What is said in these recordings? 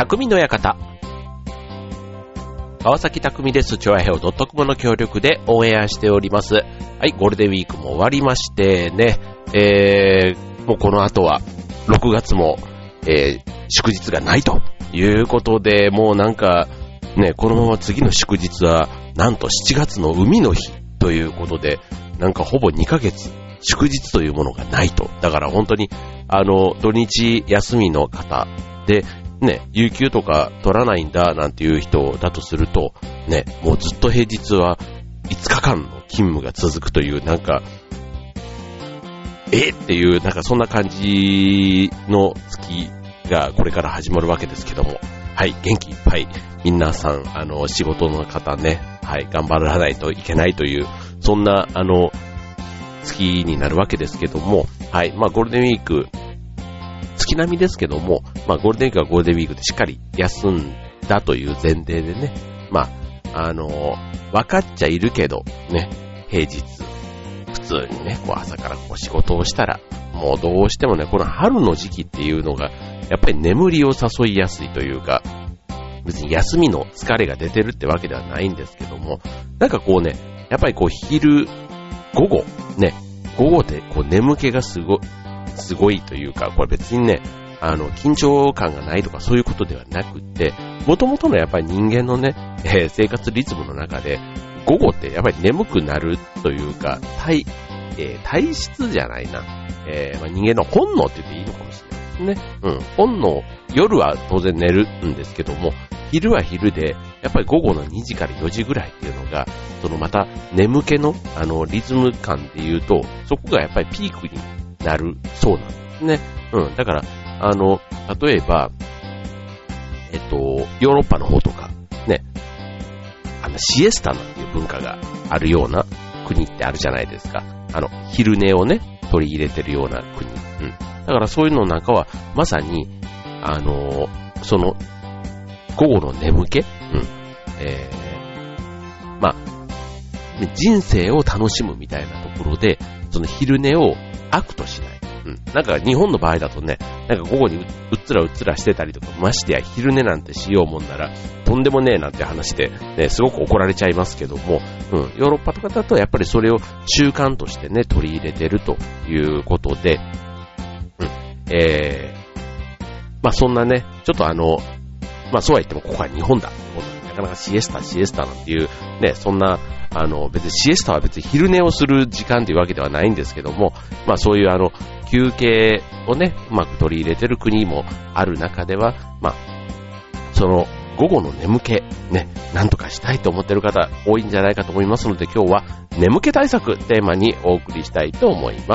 匠の館。川崎匠です。チョアヘオ.comの協力でオンエアしております。はい、ゴールデンウィークも終わりましてね、もうこの後は6月も、祝日がないということで、もうなんかね、このまま次の祝日はなんと7月の海の日ということで、なんかほぼ2ヶ月祝日というものがないと。だから本当に土日休みの方でね、有給とか取らないんだなんていう人だとするとね、もうずっと平日は5日間の勤務が続くという、なんかっていう、なんかそんな感じの月がこれから始まるわけですけども、はい、元気いっぱい皆さん仕事の方ね、はい、頑張らないといけないという、そんな月になるわけですけども、はい、まあゴールデンウィーク月並みですけども、まあゴールデンウィークはゴールデンウィークでしっかり休んだという前提でね、まあ分かっちゃいるけどね、平日普通にね、こう朝からこう仕事をしたら、もうどうしてもね、この春の時期っていうのがやっぱり眠りを誘いやすいというか、別に休みの疲れが出てるってわけではないんですけども、なんかこうね、やっぱりこう午後ね、午後でこう眠気がすごいというか、これ別にね、緊張感がないとかそういうことではなくて、もともとのやっぱり人間のね、生活リズムの中で、午後ってやっぱり眠くなるというか、体質じゃないな、まあ、人間の本能って言っていいのかもしれないですね。うん。本能、夜は当然寝るんですけども、昼は昼で、やっぱり午後の2時から4時ぐらいっていうのが、そのまた眠気のリズム感で言うと、そこがやっぱりピークになるそうなんですね。うん。だから、例えば、ヨーロッパの方とか、ね、シエスタなんていう文化があるような国ってあるじゃないですか。昼寝をね、取り入れてるような国。うん。だからそういうのなんかは、まさに、その、午後の眠気、うん。まあ、人生を楽しむみたいなところで、その昼寝を悪としない。うん。なんか日本の場合だとね、なんか午後にうっつらしてたりとか、ましてや昼寝なんてしようもんなら、とんでもねえなんて話で、ね、すごく怒られちゃいますけども、うん。ヨーロッパとかだとやっぱりそれを習慣としてね、取り入れてるということで、うん。まあそんなね、ちょっとまあそうは言ってもここは日本だ。なかなかシエスタなんていう、ね、そんな、別にシエスタは別に昼寝をする時間というわけではないんですけども、まあそういう休憩をね、うまく取り入れてる国もある中では、まあ、その午後の眠気、ね、なんとかしたいと思ってる方多いんじゃないかと思いますので、今日は眠気対策テーマにお送りしたいと思います。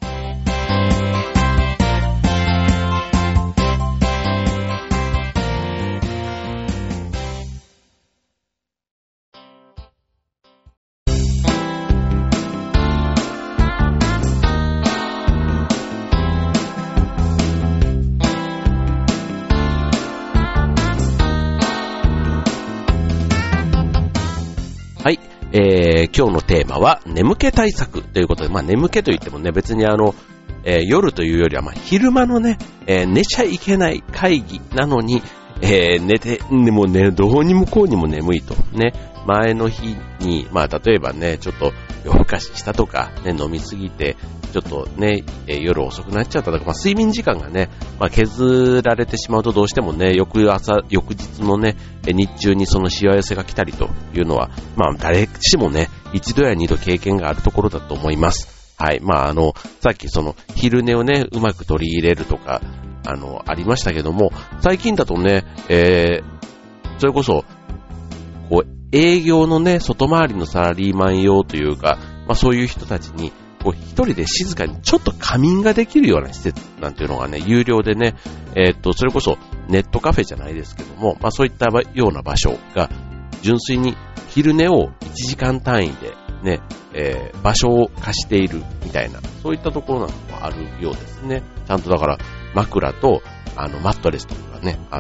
はい、今日のテーマは眠気対策ということで、まあ眠気といってもね、別に夜というよりは、まあ昼間のね、寝ちゃいけない会議なのに、寝て、でもね、どうにもこうにも眠いと。ね、前の日に、まあ例えばね、ちょっと夜更かししたとか、ね、飲みすぎて、ちょっとね、夜遅くなっちゃったとか、まあ睡眠時間がね、まあ削られてしまうとどうしてもね、翌日のね、日中にそのしわ寄せが来たりというのは、まあ誰しもね、一度や二度経験があるところだと思います。はい。まあさっきその昼寝をね、うまく取り入れるとか、ありましたけども、最近だとね、それこそ、こう、営業のね、外回りのサラリーマン用というか、まあそういう人たちに、こう一人で静かにちょっと仮眠ができるような施設なんていうのがね、有料でね、それこそネットカフェじゃないですけども、まあそういったような場所が、純粋に昼寝を1時間単位でね、場所を貸しているみたいな、そういったところなんかもあるようですね。ちゃんとだから枕とマットレスとかね、あって、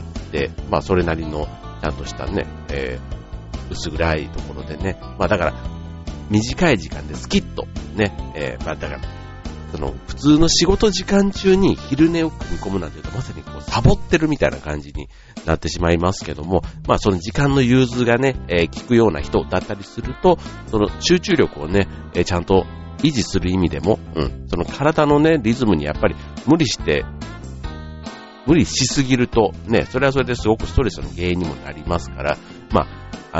まあそれなりのちゃんとしたね、薄暗いところでね、まあだから短い時間でスキッとね、まあだからその普通の仕事時間中に昼寝を組み込むなんていうとまさにこうサボってるみたいな感じになってしまいますけども、まあその時間の融通がね、効くような人だったりすると、その集中力をね、ちゃんと維持する意味でも、その体のね、リズムにやっぱり無理しすぎるとね、それはそれですごくストレスの原因にもなりますから、まあ、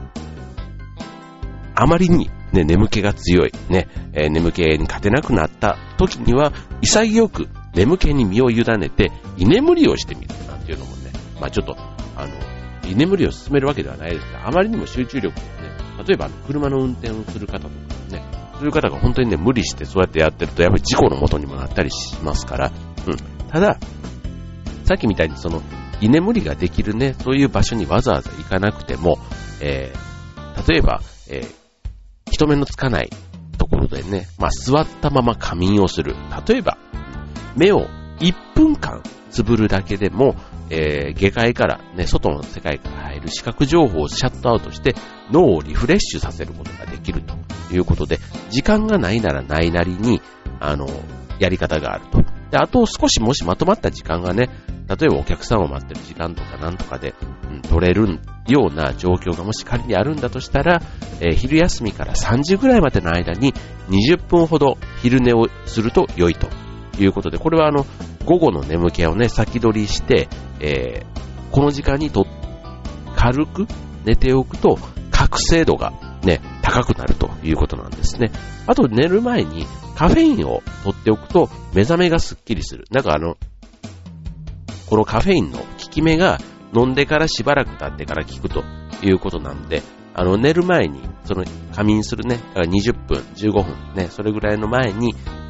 あまりにね、眠気が強い、ね、眠気に勝てなくなった時には、潔く眠気に身を委ねて、居眠りをしてみるなんていうのもね、まあちょっと、居眠りを進めるわけではないですが、あまりにも集中力がね、例えば車の運転をする方とかね、そういう方が本当にね、無理してそうやってやってると、やっぱり事故の元にもなったりしますから、ただ、さっきみたいにその、居眠りができるね、そういう場所にわざわざ行かなくても、例えば、人目のつかないところでね、まあ座ったまま仮眠をする。例えば、目を1分間つぶるだけでも、外界からね、外の世界から入る視覚情報をシャットアウトして脳をリフレッシュさせることができるということで、時間がないならないなりに、やり方があると。で、あと少しもしまとまった時間がね、例えばお客さんを待ってる時間とかなんとかで、取れるような状況がもし仮にあるんだとしたら、昼休みから3時ぐらいまでの間に20分ほど昼寝をすると良いということで、これは午後の眠気をね、先取りして、この時間に軽く寝ておくと覚醒度がね、高くなるということなんですね。あと寝る前にカフェインを取っておくと目覚めがスッキリする。なんかこのカフェインの効き目が飲んでからしばらく経ってから効くということなので、寝る前に、その仮眠するね、だから20分、15分ね、それぐらいの前に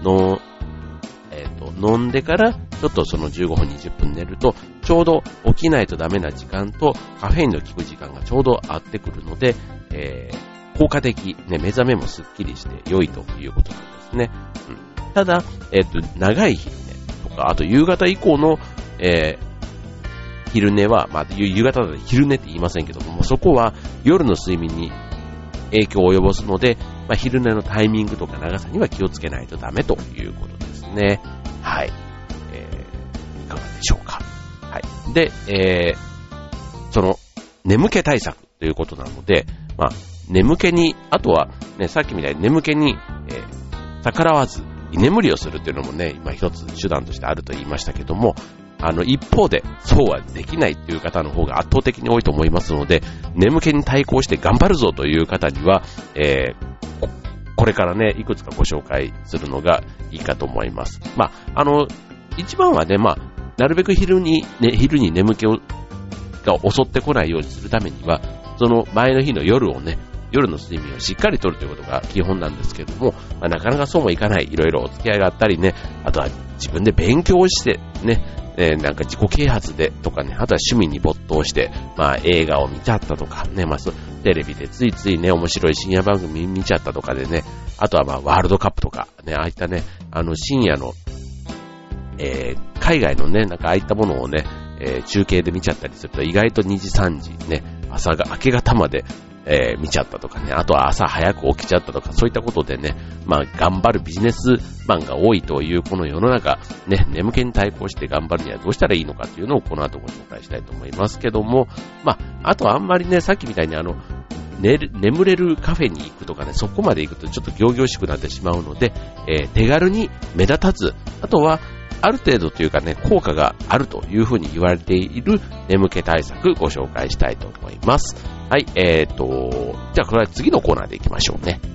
飲んでから、ちょっとその15分、20分寝ると、ちょうど起きないとダメな時間とカフェインの効く時間がちょうど合ってくるので、効果的、ね、目覚めもスッキリして良いということなんですね。ただ、長い昼寝とか、あと夕方以降の、昼寝は、まあ、夕方だと昼寝って言いませんけども、そこは夜の睡眠に影響を及ぼすので、まあ、昼寝のタイミングとか長さには気をつけないとダメということですね。はい。いかがでしょうか。はい。で、その、眠気対策ということなので、まあ、眠気に、あとは、ね、さっきみたいに眠気に、逆らわず、居眠りをするっていうのもね、今一つ手段としてあると言いましたけども、一方で、そうはできないっていう方の方が圧倒的に多いと思いますので、眠気に対抗して頑張るぞという方には、これからね、いくつかご紹介するのがいいかと思います。まあ、一番はね、まあ、なるべく昼に眠気が襲ってこないようにするためには、その前の日の夜の睡眠をしっかりとるということが基本なんですけれども、まあ、なかなかそうもいかない、いろいろお付き合いがあったりね、あとは自分で勉強してね、なんか自己啓発でとかね、あとは趣味に没頭して、まあ映画を見ちゃったとかね、まあテレビでついついね、面白い深夜番組見ちゃったとかでね、あとはまあワールドカップとかね、ああいったね、深夜の、海外のね、なんかああいったものをね、中継で見ちゃったりすると意外と2時3時ね、明け方まで見ちゃったとかね、あとは朝早く起きちゃったとか、そういったことでね、まあ頑張るビジネスマンが多いというこの世の中、ね、眠気に対抗して頑張るにはどうしたらいいのかというのをこの後ご紹介したいと思いますけども、まあ、あとはあんまりね、さっきみたいに眠れるカフェに行くとかね、そこまで行くとちょっと仰々しくなってしまうので、手軽に目立たず、あとはある程度というかね、効果があるというふうに言われている眠気対策ご紹介したいと思います。はい、じゃあこれは次のコーナーで行きましょうね。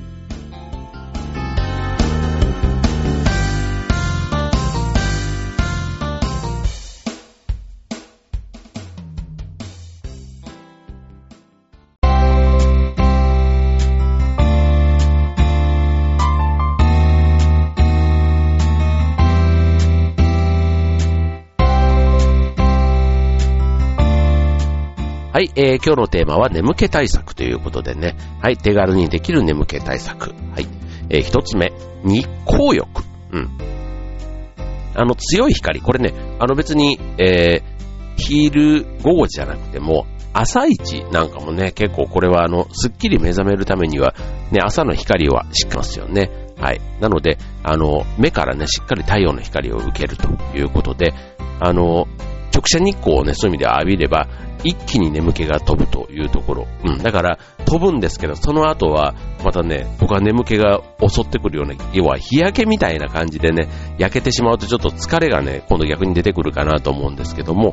はい、今日のテーマは眠気対策ということでね、はい、手軽にできる眠気対策。はい、一つ目、日光浴。強い光、これね、別に、午後じゃなくても、朝一なんかもね、結構これはすっきり目覚めるためには、ね、朝の光はしっかりますよね。 はい。なので、目からね、しっかり太陽の光を受けるということで、直射日光をね、そういう意味で浴びれば、一気に眠気が飛ぶというところ。だから、飛ぶんですけど、その後は、またね、僕は眠気が襲ってくるような、要は日焼けみたいな感じでね、焼けてしまうとちょっと疲れがね、今度逆に出てくるかなと思うんですけども、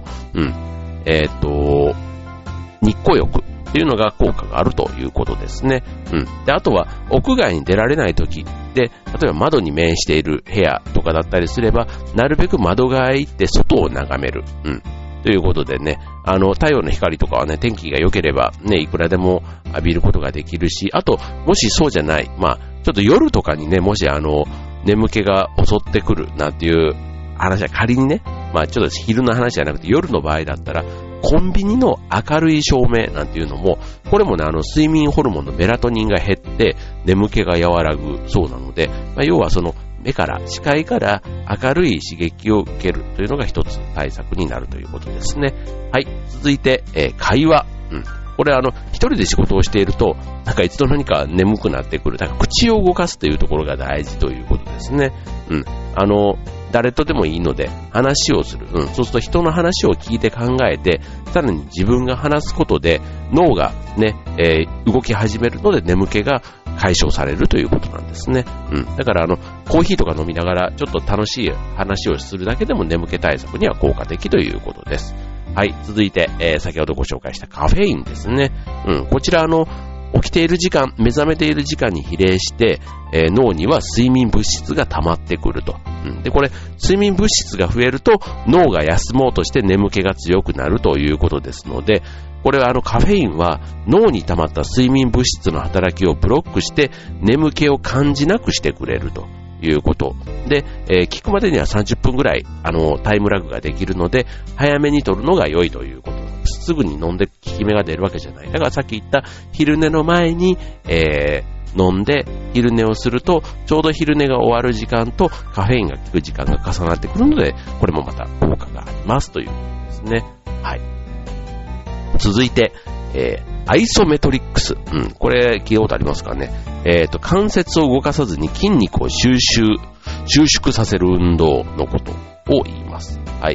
日光浴っていうのが効果があるということですね。で、あとは、屋外に出られないときで、例えば窓に面している部屋とかだったりすれば、なるべく窓側へ行って外を眺める。ということでね、太陽の光とかはね、天気が良ければね、いくらでも浴びることができるし、あと、もしそうじゃない、ちょっと夜とかにね、もし眠気が襲ってくるなんていう話は仮にね、ちょっと昼の話じゃなくて夜の場合だったら、コンビニの明るい照明なんていうのも、これもね、睡眠ホルモンのメラトニンが減って眠気が和らぐそうなので、要はその目から、視界から明るい刺激を受けるというのが一つ対策になるということですね。はい。続いて、会話。これ一人で仕事をしていると、なんかいつの間にか眠くなってくる。だから口を動かすというところが大事ということですね。誰とでもいいので話をする。そうすると人の話を聞いて考えて、さらに自分が話すことで脳がね、動き始めるので眠気が解消されるということなんですね。だからコーヒーとか飲みながらちょっと楽しい話をするだけでも眠気対策には効果的ということです。はい。続いて、先ほどご紹介したカフェインですね。こちら起きている時間、目覚めている時間に比例して、脳には睡眠物質が溜まってくると。で、これ、睡眠物質が増えると、脳が休もうとして眠気が強くなるということですので、これはカフェインは脳に溜まった睡眠物質の働きをブロックして、眠気を感じなくしてくれるということ。で、効くまでには30分ぐらい、タイムラグができるので、早めに取るのが良いということなんです。すぐに飲んで効き目が出るわけじゃない。だからさっき言った昼寝の前に、飲んで昼寝をすると、ちょうど昼寝が終わる時間とカフェインが効く時間が重なってくるので、これもまた効果がありますということですね。はい。続いて、アイソメトリックス。これ聞いたことありますかね。関節を動かさずに筋肉を収縮させる運動のことを言います。はい。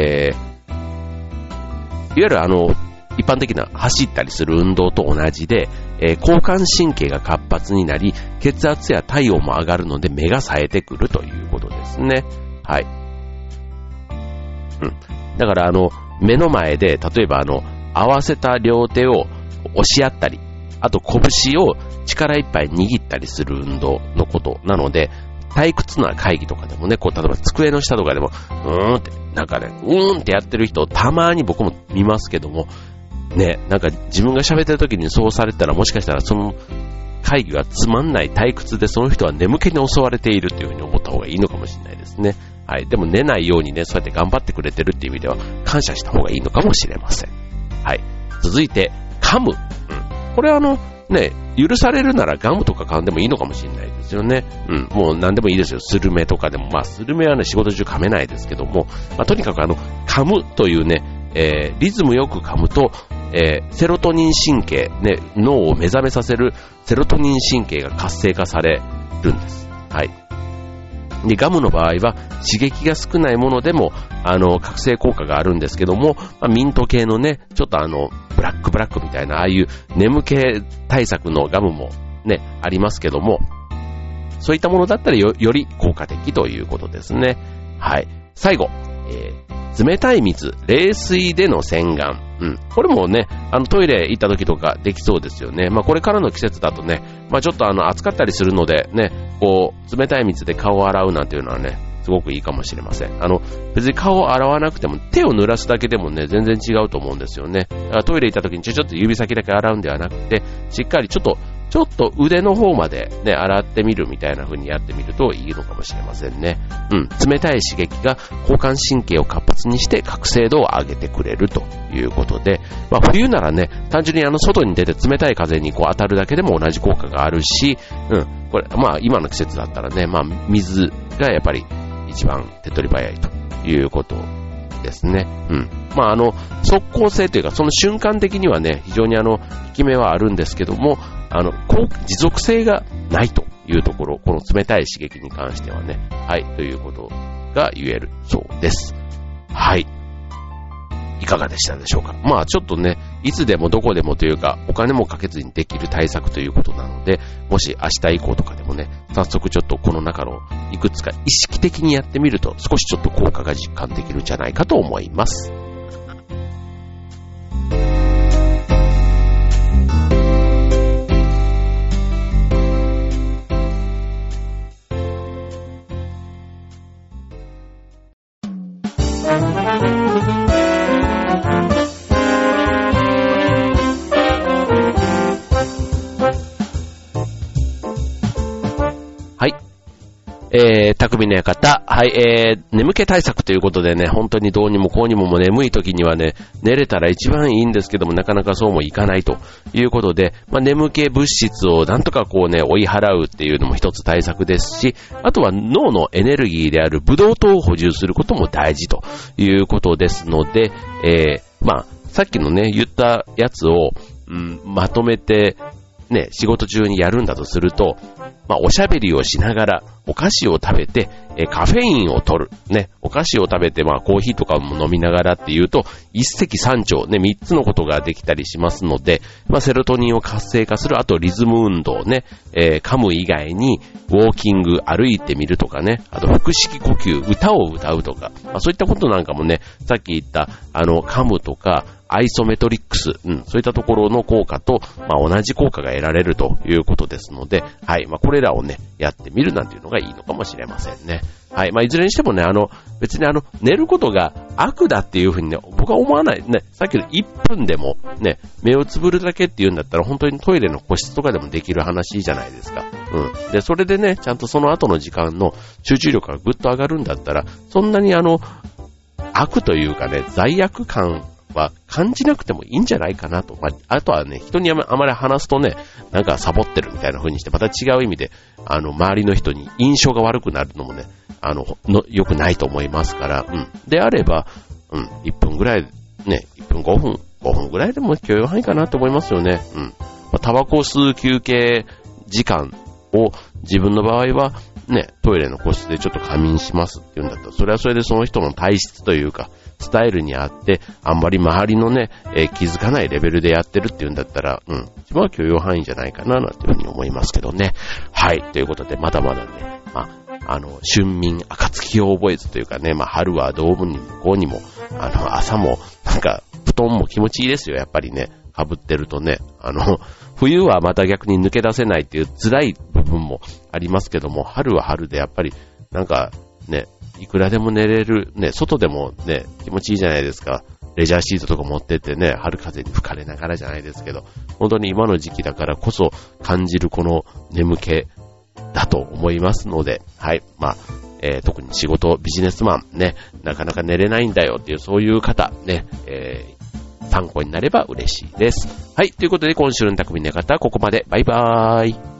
いわゆる一般的な走ったりする運動と同じで、交感神経が活発になり、血圧や体温も上がるので目が冴えてくるということですね。はい。だから目の前で、例えば合わせた両手を押し合ったり、あと拳を力いっぱい握ったりする運動のことなので、退屈な会議とかでもね、例えば机の下とかでも、ってなんかね、ってやってる人をたまに僕も見ますけども、ね、なんか自分が喋ってる時にそうされたら、もしかしたらその会議はつまんない退屈で、その人は眠気に襲われているっていうふうに思った方がいいのかもしれないですね。はい。でも寝ないようにね、そうやって頑張ってくれてるっていう意味では感謝した方がいいのかもしれません。はい。続いて、噛む。これはね、許されるならガムとか噛んでもいいのかもしれないですよね。もう何でもいいですよ。スルメとかでも。スルメはね、仕事中噛めないですけども、とにかく噛むというね、リズムよく噛むと、セロトニン神経、ね、脳を目覚めさせるセロトニン神経が活性化されるんです。はい。で、ガムの場合は刺激が少ないものでも覚醒効果があるんですけども、ミント系のね、ちょっとブラックみたいなああいう眠気対策のガムもねありますけども、そういったものだったら より効果的ということですね。はい。最後、冷たい水、冷水での洗顔。これもね、トイレ行った時とかできそうですよね。これからの季節だとね、ちょっと暑かったりするのでね、こう、冷たい水で顔を洗うなんていうのはね、すごくいいかもしれません。別に顔を洗わなくても、手を濡らすだけでもね、全然違うと思うんですよね。トイレ行った時にちょっと指先だけ洗うんではなくて、しっかりちょっと腕の方までね、洗ってみるみたいな風にやってみるといいのかもしれませんね。冷たい刺激が交感神経を活発にして覚醒度を上げてくれるということで、冬ならね、単純に外に出て冷たい風にこう当たるだけでも同じ効果があるし、これ、今の季節だったらね、水がやっぱり一番手っ取り早いということですね。即効性というか、その瞬間的にはね、非常に効き目はあるんですけども、持続性がないというところ、この冷たい刺激に関してはね、はい、ということが言えるそうです。はい。いかがでしたでしょうか。まあちょっとね、いつでもどこでもというか、お金もかけずにできる対策ということなので、もし明日以降とかでもね、早速ちょっとこの中のいくつか意識的にやってみると、少しちょっと効果が実感できるんじゃないかと思います。匠の館、はい、眠気対策ということでね、本当にどうにもこうにも眠い時にはね、寝れたら一番いいんですけども、なかなかそうもいかないということで、眠気物質をなんとかこうね、追い払うっていうのも一つ対策ですし、あとは脳のエネルギーであるブドウ糖を補充することも大事ということですので、さっきのね、言ったやつを、まとめて、ね、仕事中にやるんだとすると、おしゃべりをしながら、お菓子を食べて、カフェインを取る。ね、お菓子を食べて、コーヒーとかも飲みながらっていうと、一石三鳥、ね、三つのことができたりしますので、セロトニンを活性化する、あとリズム運動ね、噛む以外に、ウォーキング、歩いてみるとかね、あと腹式呼吸、歌を歌うとか、そういったことなんかもね、さっき言った、噛むとか、アイソメトリックス、そういったところの効果と、同じ効果が得られるということですので、はい、これらをね、やってみるなんていうのがいいのかもしれませんね。はい、いずれにしてもね、別に寝ることが悪だっていうふうにね、僕は思わないね。さっきの1分でもね、目をつぶるだけっていうんだったら、本当にトイレの個室とかでもできる話じゃないですか。で、それでね、ちゃんとその後の時間の集中力がぐっと上がるんだったら、そんなに悪というかね、罪悪感は感じなくてもいいんじゃないかなと。あとはね、人にあまり話すとね、なんかサボってるみたいな風にして、また違う意味で、周りの人に印象が悪くなるのもね、良くないと思いますから、であれば、1分ぐらい、ね、1分5分ぐらいでも許容範囲かなと思いますよね。タバコを吸う休憩時間を自分の場合は、ね、トイレの個室でちょっと仮眠しますっていうんだったら、それはそれでその人の体質というか、スタイルにあって、あんまり周りのね、気づかないレベルでやってるっていうんだったら、一番は許容範囲じゃないかな、なんていうふうに思いますけどね。はい、ということで、まだまだね、春眠暁を覚えずというかね、春は道具にもこうにも、朝も、なんか、布団も気持ちいいですよ、やっぱりね、被ってるとね、冬はまた逆に抜け出せないっていう辛い部分もありますけども、春は春でやっぱり、なんか、ね、いくらでも寝れる、ね、外でもね、気持ちいいじゃないですか。レジャーシートとか持ってってね、春風に吹かれながらじゃないですけど、本当に今の時期だからこそ感じるこの眠気だと思いますので、はい、特に仕事、ビジネスマンね、なかなか寝れないんだよっていうそういう方ね、参考になれば嬉しいです。はい、ということで今週の匠の方はここまで。バイバーイ。